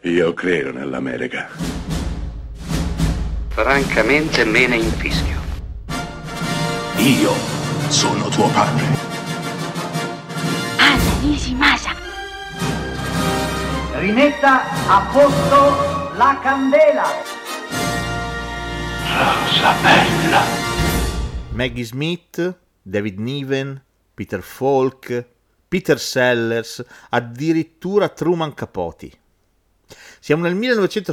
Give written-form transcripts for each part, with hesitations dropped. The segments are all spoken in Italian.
Io credo nell'America. Francamente me ne infischio. Io sono tuo padre. Anna Nishimasa. Rimetta a posto la candela. Rosa bella. Maggie Smith, David Niven, Peter Falk, Peter Sellers, addirittura Truman Capote. Siamo nel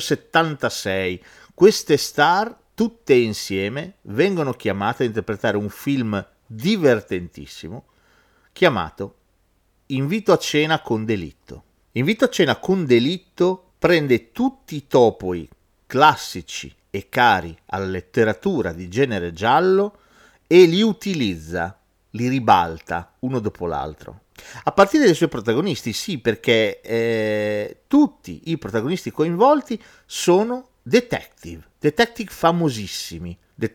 1976, queste star tutte insieme vengono chiamate a interpretare un film divertentissimo chiamato Invito a cena con delitto. Invito a cena con delitto prende tutti i topoi classici e cari alla letteratura di genere giallo e li utilizza, li ribalta uno dopo l'altro. A partire dai suoi protagonisti, sì, perché tutti i protagonisti coinvolti sono detective famosissimi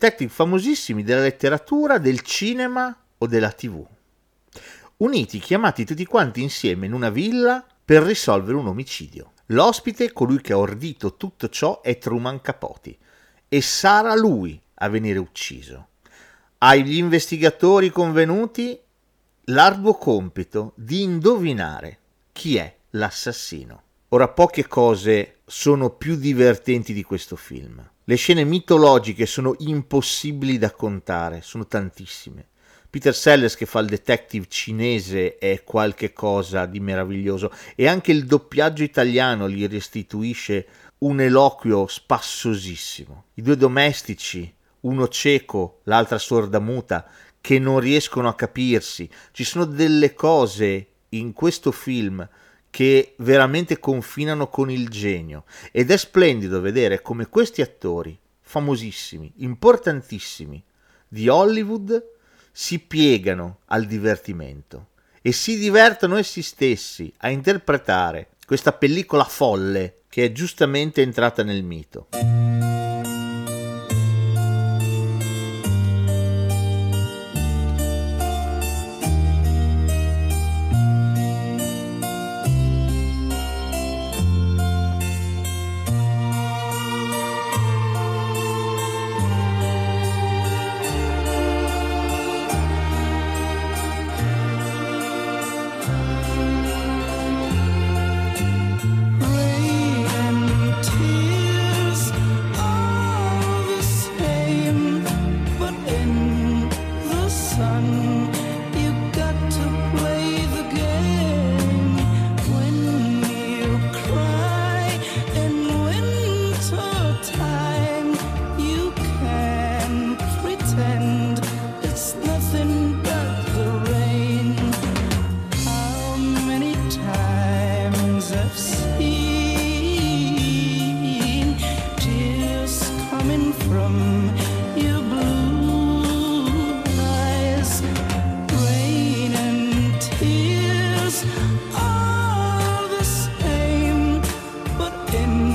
della letteratura, del cinema o della TV, uniti, chiamati tutti quanti insieme in una villa per risolvere un omicidio. L'ospite, colui che ha ordito tutto ciò, è Truman Capote e sarà lui a venire ucciso. Agli investigatori convenuti l'arduo compito di indovinare chi è l'assassino. Ora, poche cose sono più divertenti di questo film. Le scene mitologiche sono impossibili da contare, sono tantissime. Peter Sellers che fa il detective cinese è qualche cosa di meraviglioso e anche il doppiaggio italiano gli restituisce un eloquio spassosissimo. I due domestici, uno cieco, l'altra sordamuta, che non riescono a capirsi. Ci sono delle cose in questo film che veramente confinano con il genio ed è splendido vedere come questi attori famosissimi, importantissimi di Hollywood si piegano al divertimento e si divertono essi stessi a interpretare questa pellicola folle che è giustamente entrata nel mito. In